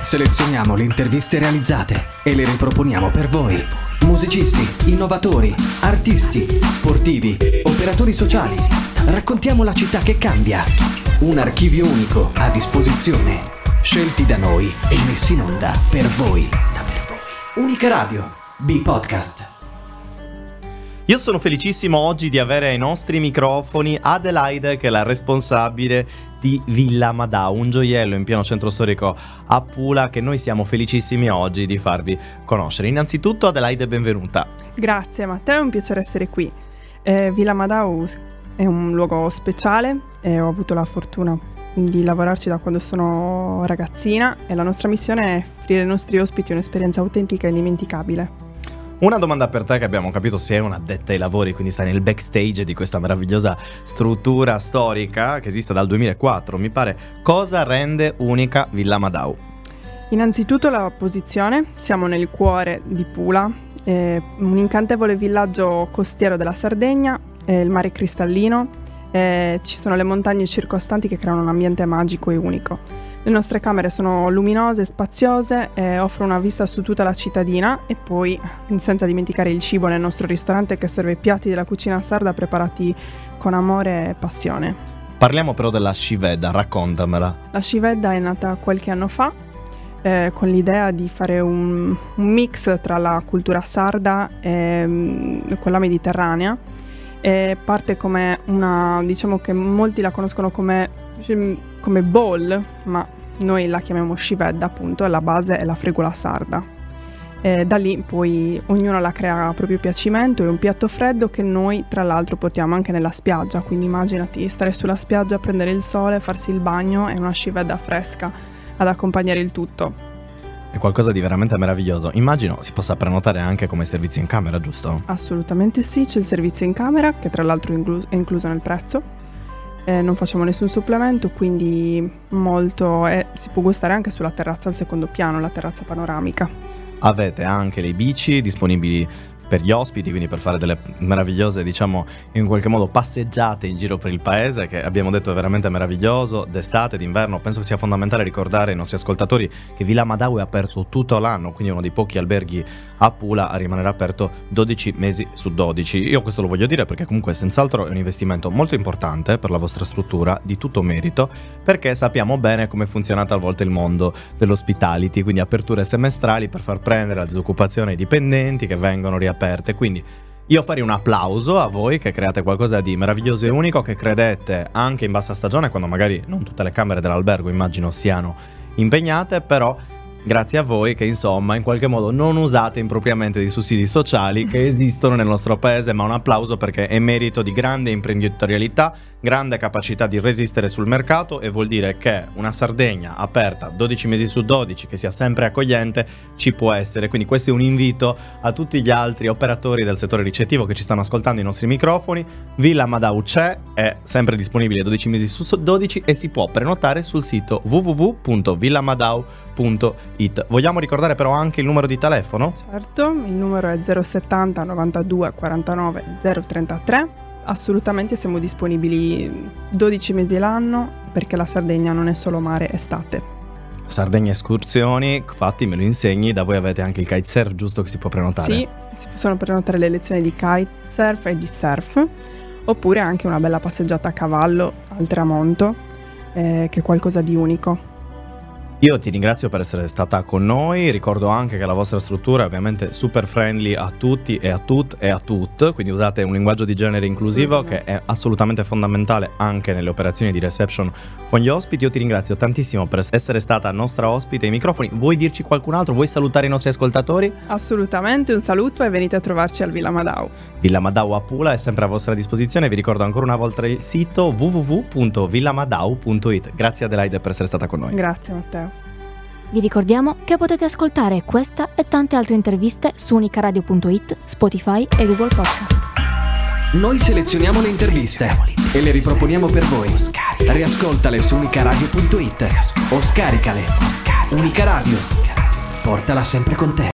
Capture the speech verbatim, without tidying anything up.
Selezioniamo le interviste realizzate e le riproponiamo per voi. Musicisti, innovatori, artisti, sportivi, operatori sociali. Raccontiamo la città che cambia. Un archivio unico a disposizione. Scelti da noi e messi in onda per voi. Unica Radio, B-Podcast. Io sono felicissimo oggi di avere ai nostri microfoni Adelaide, che è la responsabile di Villa Madao, un gioiello in pieno centro storico a Pula, che noi siamo felicissimi oggi di farvi conoscere. Innanzitutto, Adelaide, benvenuta. Grazie Matteo, è un piacere essere qui. Eh, Villa Madao è un luogo speciale e ho avuto la fortuna di lavorarci da quando sono ragazzina e la nostra missione è offrire ai nostri ospiti un'esperienza autentica e indimenticabile. Una domanda per te, che abbiamo capito sei un'addetta ai lavori, quindi stai nel backstage di questa meravigliosa struttura storica che esiste dal duemilaquattro, mi pare. Cosa rende unica Villa Madao? Innanzitutto la posizione, siamo nel cuore di Pula, eh, un incantevole villaggio costiero della Sardegna, eh, il mare cristallino, eh, ci sono le montagne circostanti che creano un ambiente magico e unico. Le nostre camere sono luminose, spaziose e offrono una vista su tutta la cittadina, e poi senza dimenticare il cibo nel nostro ristorante, che serve piatti della cucina sarda preparati con amore e passione. Parliamo però della Scivedda, raccontamela. La Scivedda è nata qualche anno fa eh, con l'idea di fare un, un mix tra la cultura sarda e um, quella mediterranea, e parte come una, diciamo che molti la conoscono come come bowl, ma noi la chiamiamo Scivedda, appunto, e la base è la fregola sarda. E da lì poi ognuno la crea a proprio piacimento. È un piatto freddo che noi tra l'altro portiamo anche nella spiaggia, quindi immaginati stare sulla spiaggia, prendere il sole, farsi il bagno e una Scivedda fresca ad accompagnare il tutto. È qualcosa di veramente meraviglioso. Immagino si possa prenotare anche come servizio in camera, giusto? Assolutamente sì, c'è il servizio in camera, che tra l'altro è incluso, è incluso nel prezzo. Eh, non facciamo nessun supplemento, quindi molto eh, si può gustare anche sulla terrazza al secondo piano, la terrazza panoramica. Avete anche le bici disponibili per gli ospiti, quindi per fare delle meravigliose, diciamo, in qualche modo passeggiate in giro per il paese, che abbiamo detto è veramente meraviglioso, d'estate, d'inverno. Penso che sia fondamentale ricordare ai nostri ascoltatori che Villa Madao è aperto tutto l'anno, quindi uno dei pochi alberghi a Pula a rimanere aperto dodici mesi su dodici. Io questo lo voglio dire perché comunque senz'altro è un investimento molto importante per la vostra struttura, di tutto merito, perché sappiamo bene come è funzionato a volte il mondo dell'hospitality, quindi aperture semestrali per far prendere la disoccupazione ai dipendenti che vengono riaperte. Quindi io farei un applauso a voi che create qualcosa di meraviglioso e unico, che credete anche in bassa stagione, quando magari non tutte le camere dell'albergo immagino siano impegnate, però grazie a voi che insomma in qualche modo non usate impropriamente dei sussidi sociali che esistono nel nostro paese. Ma un applauso, perché è merito di grande imprenditorialità, grande capacità di resistere sul mercato, e vuol dire che una Sardegna aperta dodici mesi su dodici, che sia sempre accogliente, ci può essere. Quindi questo è un invito a tutti gli altri operatori del settore ricettivo che ci stanno ascoltando i nostri microfoni. Villa Madao c'è, è sempre disponibile dodici mesi su dodici e si può prenotare sul sito w w w punto villamadao punto it. Vogliamo ricordare però anche il numero di telefono? Certo, il numero è zero settanta novantadue quarantanove zero trentatré. Assolutamente siamo disponibili dodici mesi l'anno, perché la Sardegna non è solo mare, estate. Sardegna escursioni, infatti me lo insegni, da voi avete anche il kitesurf, giusto, che si può prenotare? Sì, si possono prenotare le lezioni di kitesurf e di surf, oppure anche una bella passeggiata a cavallo al tramonto, eh, che è qualcosa di unico. Io ti ringrazio per essere stata con noi, ricordo anche che la vostra struttura è ovviamente super friendly a tutti e a tut e a tut, quindi usate un linguaggio di genere inclusivo che è assolutamente fondamentale anche nelle operazioni di reception con gli ospiti. Io ti ringrazio tantissimo per essere stata nostra ospite ai microfoni. Vuoi dirci qualcun altro? Vuoi salutare i nostri ascoltatori? Assolutamente, un saluto e venite a trovarci al Villa Madao. Villa Madao a Pula è sempre a vostra disposizione, vi ricordo ancora una volta il sito w w w punto villamadao punto it. Grazie Adelaide per essere stata con noi. Grazie Matteo. Vi ricordiamo che potete ascoltare questa e tante altre interviste su unicaradio punto it, Spotify e Google Podcast. Noi selezioniamo le interviste e le riproponiamo per voi. Riascoltale su unicaradio punto it o scaricale. Unica Radio, portala sempre con te.